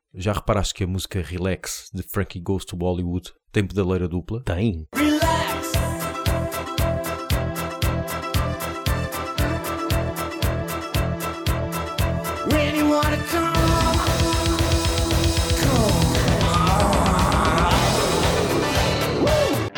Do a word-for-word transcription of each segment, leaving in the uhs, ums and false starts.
Já reparaste que a música Relax de Frankie Goes to Bollywood tem pedaleira dupla? Tem. Relax. When you wanna come, come on.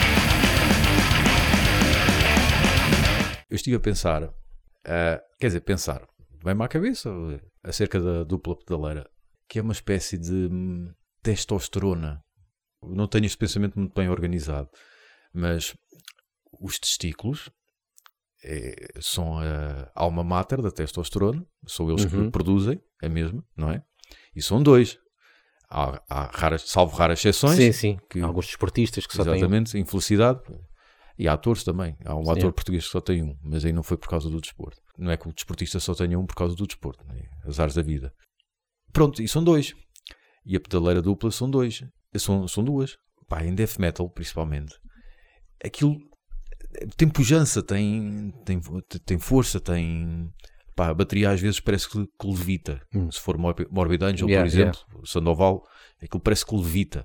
Eu estive a pensar, uh, quer dizer, pensar, vem-me à cabeça acerca da dupla pedaleira, que é uma espécie de hum, testosterona. Não tenho este pensamento muito bem organizado, mas os testículos é, são a alma mater da testosterona, são eles Uhum. que produzem a mesma, não é? E são dois. Há, há raras, salvo raras exceções. Sim, sim. Que, Há alguns desportistas que só têm um. exatamente, infelicidade. E há atores também. Há um Sim. ator português que só tem um, mas aí não foi por causa do desporto. Não é que o desportista só tenha um por causa do desporto, né? Azares da vida. Pronto, e são dois. E a pedaleira dupla são dois. São, são duas. Pá, em death metal, principalmente. Aquilo tem pujança, tem, tem, tem força, tem... Pá, a bateria às vezes parece que, que levita. Hum. Se for Morbid, Morbid Angel, Yeah, por exemplo, o Sandoval, aquilo parece que levita.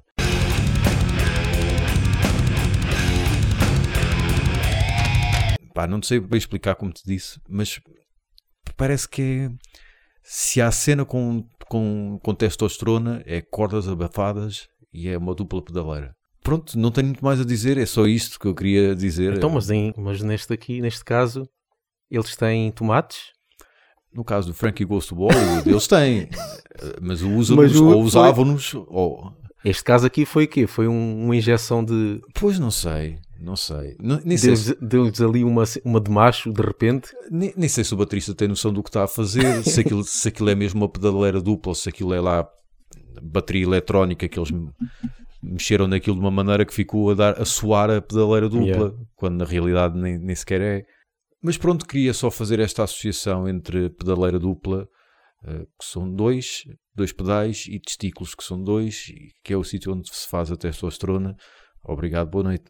Pá, não sei bem explicar como te disse, mas parece que é, se há cena com, com, com testosterona, é cordas abafadas e é uma dupla pedaleira. Pronto, não tenho muito mais a dizer, é só isto que eu queria dizer. Então, mas, em, mas neste aqui, neste caso, eles têm tomates? No caso do Frankie Goes to Bollywood, eles têm, mas usam-nos Mas o- ou usavam-nos, ou... Este caso aqui foi o quê? Foi um- uma injeção de... Pois não sei, não sei. Não, nem, sei se, Deu-lhes deu-lhes ali uma, uma de macho, de repente. nem, nem sei se o baterista tem noção do que está a fazer, se aquilo, se aquilo é mesmo uma pedaleira dupla, ou se aquilo é lá bateria eletrónica que eles me- mexeram naquilo de uma maneira que ficou a, dar, a soar a pedaleira dupla, Yeah. quando na realidade nem, nem sequer é. Mas pronto, queria só fazer esta associação entre pedaleira dupla, eh, que são dois, dois pedais, e testículos, que são dois, e que é o sítio onde se faz a testosterona. Obrigado, boa noite.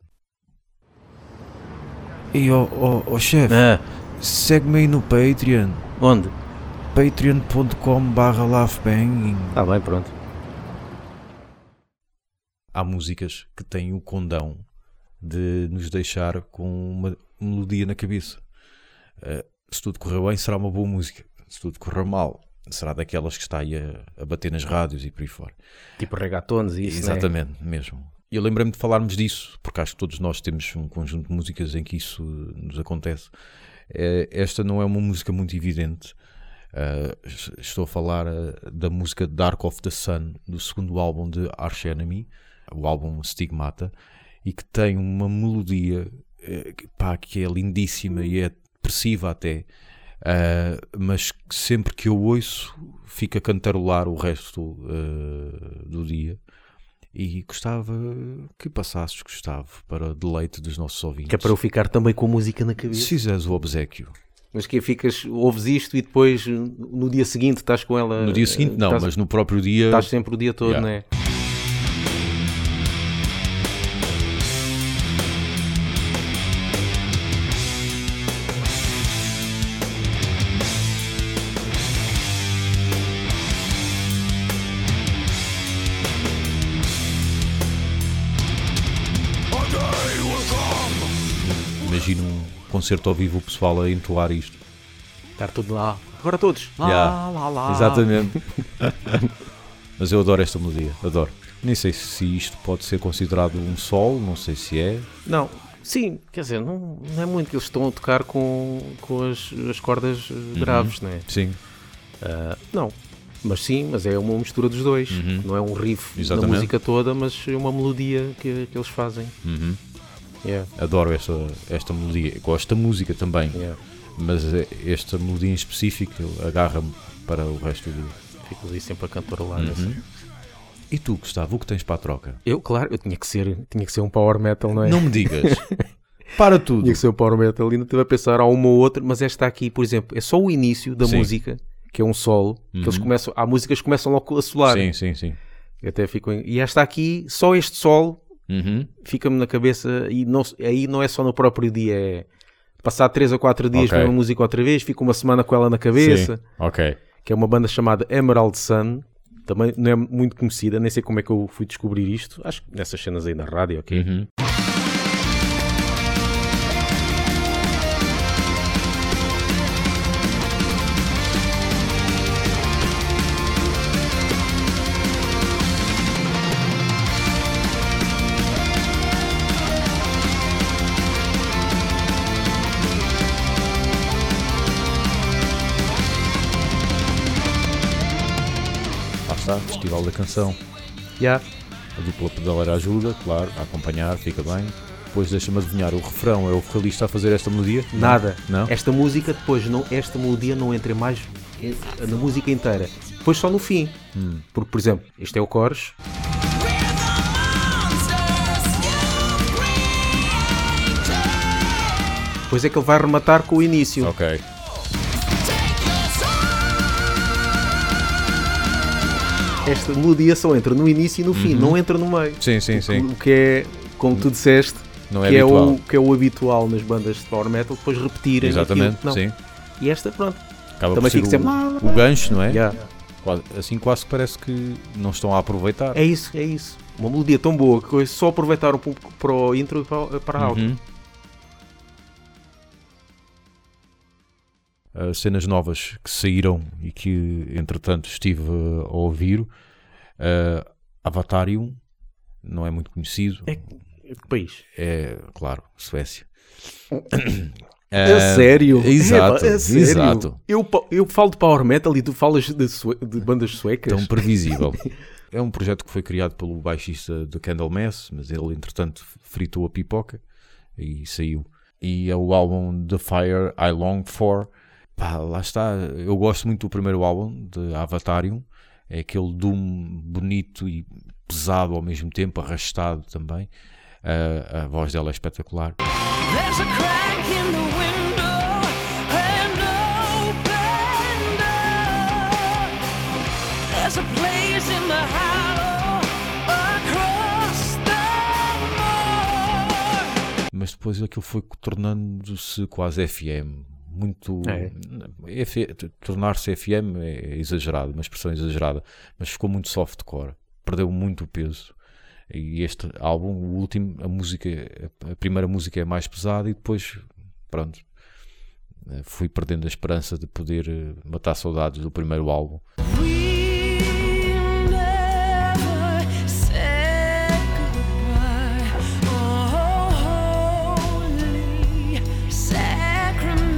E ó oh, oh, chefe, Ah, segue-me aí no Patreon, onde? patreon ponto com barra laughbanging. Está bem, pronto. Há músicas que têm o condão de nos deixar com uma melodia na cabeça. Uh, se tudo correr bem, será uma boa música. Se tudo correr mal, será daquelas que está aí a, a bater nas rádios e por aí fora. Tipo reggaetons e isso, Exatamente, mesmo. E eu lembrei-me de falarmos disso, porque acho que todos nós temos um conjunto de músicas em que isso nos acontece. Eh, Esta não é uma música muito evidente. Uh, estou a falar uh, da música Dark of the Sun, do segundo álbum de Arch Enemy, o álbum Stigmata, e que tem uma melodia uh, que, pá, que é lindíssima e é depressiva até, uh, mas que sempre que eu ouço fica a cantarolar o resto uh, do dia. E gostava que passasses, Gustavo, para deleite dos nossos ouvintes. Que é para eu ficar também com a música na cabeça. Se fizeres o obséquio. Mas que ficas, ouves isto e depois no dia seguinte estás com ela... No dia seguinte não, estás, mas no próprio dia... Estás sempre o dia todo, Yeah. não é? Imagino um concerto ao vivo, o pessoal a entoar isto. Estar tudo lá. Agora todos. Lá, Yeah. lá, lá. Exatamente. Mas eu adoro esta melodia, adoro. Nem sei se isto pode ser considerado um solo, não sei se é. Não, sim, quer dizer, não, não é muito que eles estão a tocar com, com as, as cordas eh, graves, não é? Sim. Ah, não, mas sim, mas é uma mistura dos dois. Uhum. Não é um riff Exatamente. da música toda, mas é uma melodia que, que eles fazem. Uhum. Yeah, Adoro esta, esta melodia. Gosto da música também, yeah. mas esta melodia em específico agarra-me para o resto do dia. Fico ali sempre a cantarolar. Uhum. Assim. E tu, Gustavo, o que tens para a troca? Eu, claro, eu tinha que ser, tinha que ser um power metal, não é? Não me digas. Para tudo. Tinha que ser um power metal, ainda estive a pensar, há uma ou outra, mas esta aqui, por exemplo, é só o início da Sim. música, que é um solo, Uhum. que eles começam, há músicas que começam logo a solar. Sim, sim, sim. Eu até fico em- E esta aqui, só este solo, Uhum. fica-me na cabeça, e não, aí não é só no próprio dia, é passar três ou quatro dias Ok. com a música outra vez, fico uma semana com ela na cabeça, Sim. Ok. que é uma banda chamada Emerald Sun, Também não é muito conhecida, nem sei como é que eu fui descobrir isto. Acho que nessas cenas aí na rádio, ok? Uhum. Está, Festival da Canção. Yeah. A dupla pedaleira ajuda, claro, a acompanhar, fica bem. Depois deixa-me adivinhar, o refrão é o vocalista a fazer esta melodia? Nada. Não? Esta música depois, não, esta melodia não entra mais na música inteira. Depois só no fim. Hum. Porque, por exemplo, este é o chorus. Depois é que ele vai rematar com o início. Ok. Esta melodia só entra no início e no fim, Uhum. não entra no meio. Sim, sim, O sim. que é, como tu disseste, Não é que, é habitual. o, que é o habitual nas bandas de power metal, depois repetirem Exatamente, aquilo. Não. sim. E esta, pronto. Acaba Também por ser fica sempre- o, o gancho, não é? Yeah. Quase- assim quase que parece que não estão a aproveitar. É isso, é isso. Uma melodia tão boa que só aproveitaram para, o- para o intro e para, para a outro. Uhum. As cenas novas que saíram e que entretanto estive a ouvir, uh, Avatarium não é muito conhecido, É, é de que país? é claro, Suécia. É Uh, sério? Exato, É, é sério? exato. Eu, pa- eu falo de power metal e tu falas de, sue- de bandas suecas? Tão previsível. É um projeto que foi criado pelo baixista de Candlemass, mas ele entretanto fritou a pipoca e saiu. E é o álbum The Fire I Long For. Pá, lá está. Eu gosto muito do primeiro álbum de Avatarium. É aquele doom bonito e pesado ao mesmo tempo, arrastado também. Uh, a voz dela é espetacular. There's a crack in the window, an open door. There's a place in the hollow across the moor. Mas depois aquilo foi tornando-se quase F M. Muito. É. F- Tornar-se F M é exagerado, uma expressão exagerada, mas ficou muito softcore, perdeu muito o peso. E este álbum, o último, a música, a primeira música é mais pesada e depois, pronto, fui perdendo a esperança de poder matar saudades do primeiro álbum. We never said goodbye. Oh, holy sacrament.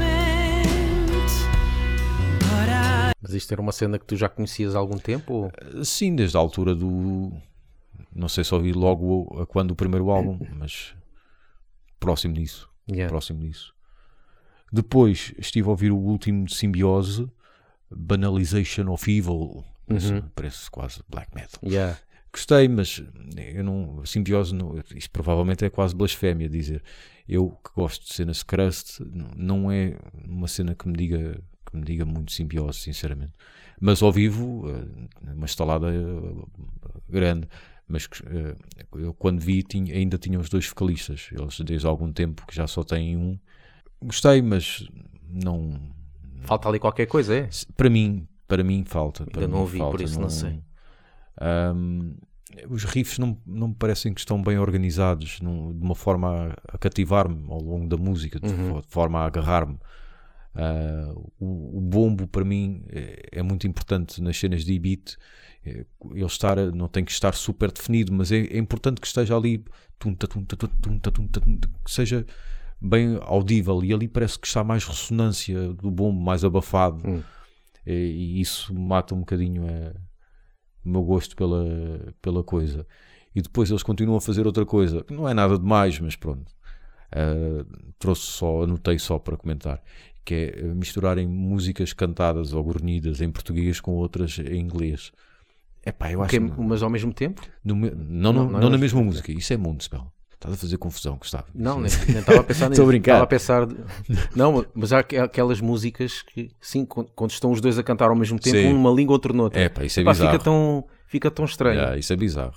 But I Mas isto era uma cena que tu já conhecias há algum tempo? Ou... Sim, desde a altura do... Não sei se ouvi logo a quando o primeiro álbum, mas próximo disso. Yeah. Próximo disso. Depois estive a ouvir o último de Simbiose, Banalization of Evil. Isso Uhum. parece quase black metal. Yeah. Gostei, mas eu não, Simbiose, não, isto provavelmente é quase blasfémia dizer. Eu que gosto de cenas crust, não é uma cena que me diga, que me diga muito Simbiose, sinceramente. Mas ao vivo, uma estalada grande. Mas eu quando vi tinha, ainda tinha os dois vocalistas. Eles desde há algum tempo que já só têm um. Gostei, mas não... Falta ali qualquer coisa, é? Para mim, para mim falta. Para Ainda não mim ouvi, falta, por isso não sei. Ahm, os riffs não, não me parecem que estão bem organizados, não, de uma forma a, a cativar-me ao longo da música, de, Uhum. fo- de forma a agarrar-me. Ah, o, o bombo para mim é, é muito importante nas cenas de beat. É, ele estar, não tem que estar super definido, mas é, é importante que esteja ali, tunta, tunta, tunta, tunta, tunta, tunta, que seja bem audível, e ali parece que está mais ressonância do bombo, mais abafado. Hum. E, e isso mata um bocadinho a, o meu gosto pela, pela coisa. E depois eles continuam a fazer outra coisa, que não é nada demais, mas pronto. Uh, trouxe só, anotei só para comentar, que é misturarem músicas cantadas ou grunhidas em português com outras em inglês. Epá, eu acho Ok, que mas ao mesmo tempo? no me- não, Não, não, não não é na ao mesma mesmo música. Isso é Moonspell. Estás a fazer confusão, Gustavo. Não, nem Isso- nem estava a pensar nisso. Estou a brincar. Estava a pensar... de- Não, mas há aqu- aquelas músicas que, sim, quando quando estão os dois a cantar ao mesmo tempo, Sim. um numa língua, outro noutra. Epá, isso é Epá, bizarro. fica tão, fica tão estranho. Yeah, isso é bizarro.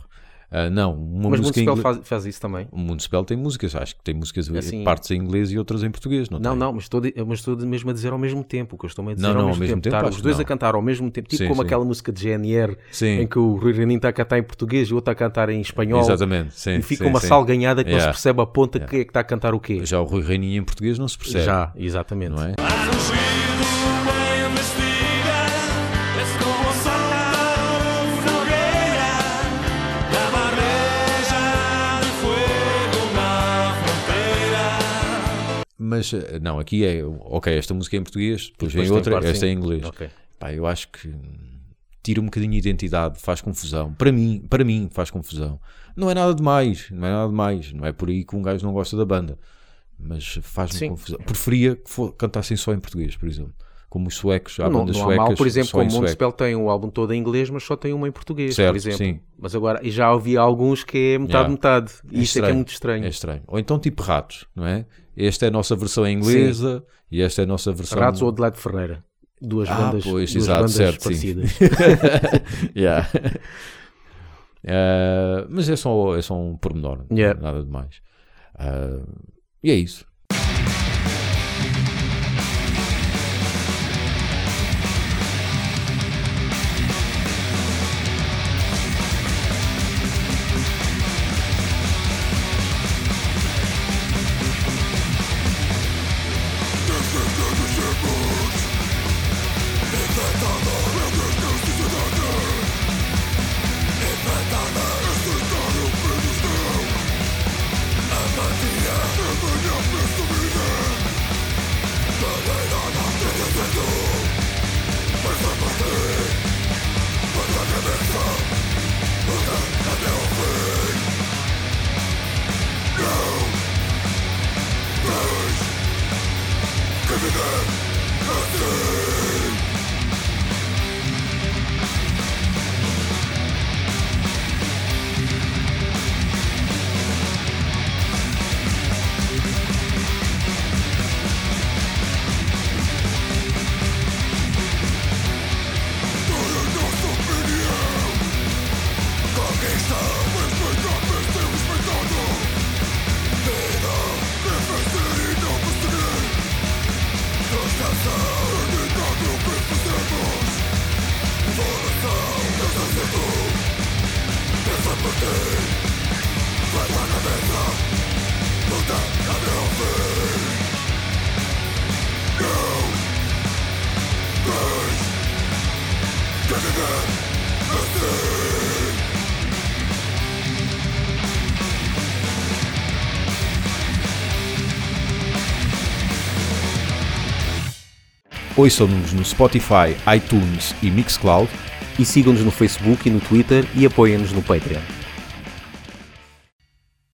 Uh, não, uma Mas música em Municipal inglês. faz, faz isso também. O Municipal tem músicas, acho que tem músicas, Assim- partes em inglês e outras em português, não, Não, tem? não, mas estou, de- mas estou de- mesmo a dizer ao mesmo tempo. O que eu estou a dizer Não, ao, não, mesmo ao mesmo tempo. tempo Estar acho os que dois não. a cantar ao mesmo tempo, tipo Sim, como sim. aquela música de G N R, Sim. em que o Rui Reininho está a cantar em português e o outro a cantar em espanhol. Exatamente, sim. E fica sim, uma sim. salganhada que Yeah. não se percebe a ponta que é que está a cantar o quê. Já o Rui Reininho em português não se percebe. Já, exatamente. Não é? Mas, eh, não, aqui é, ok, esta música é em português, depois vem Depois tem outra, parte esta é em- em inglês. Ok. Pá, eu acho que hum, tira um bocadinho de identidade, faz confusão. Para mim, para mim faz confusão. Não é nada demais, não é nada demais. Não é por aí que um gajo não gosta da banda. Mas faz-me Sim. confusão. Preferia que for, cantassem só em português, por exemplo. Como os suecos, há Não, bandas não há suecas mal, por exemplo, só em como o sueco. Municipal tem o álbum todo em inglês, mas só tem uma em português, Certo, por exemplo. sim. Mas agora, e já havia alguns que é metade-metade. Yeah. E isto é que é muito estranho. É estranho. Ou então tipo Ratos, não é? Esta é a nossa versão em inglesa e esta é a nossa versão... Ratos ou Adelaide Ferreira. Duas Ah, bandas, pois, duas exato, bandas certo, sim. parecidas. Yeah. Uh, mas é só, é só um pormenor, Yeah. nada de mais. Uh, e é isso. Ouçam-nos no Spotify, iTunes e Mixcloud. E sigam-nos no Facebook e no Twitter e apoiem-nos no Patreon.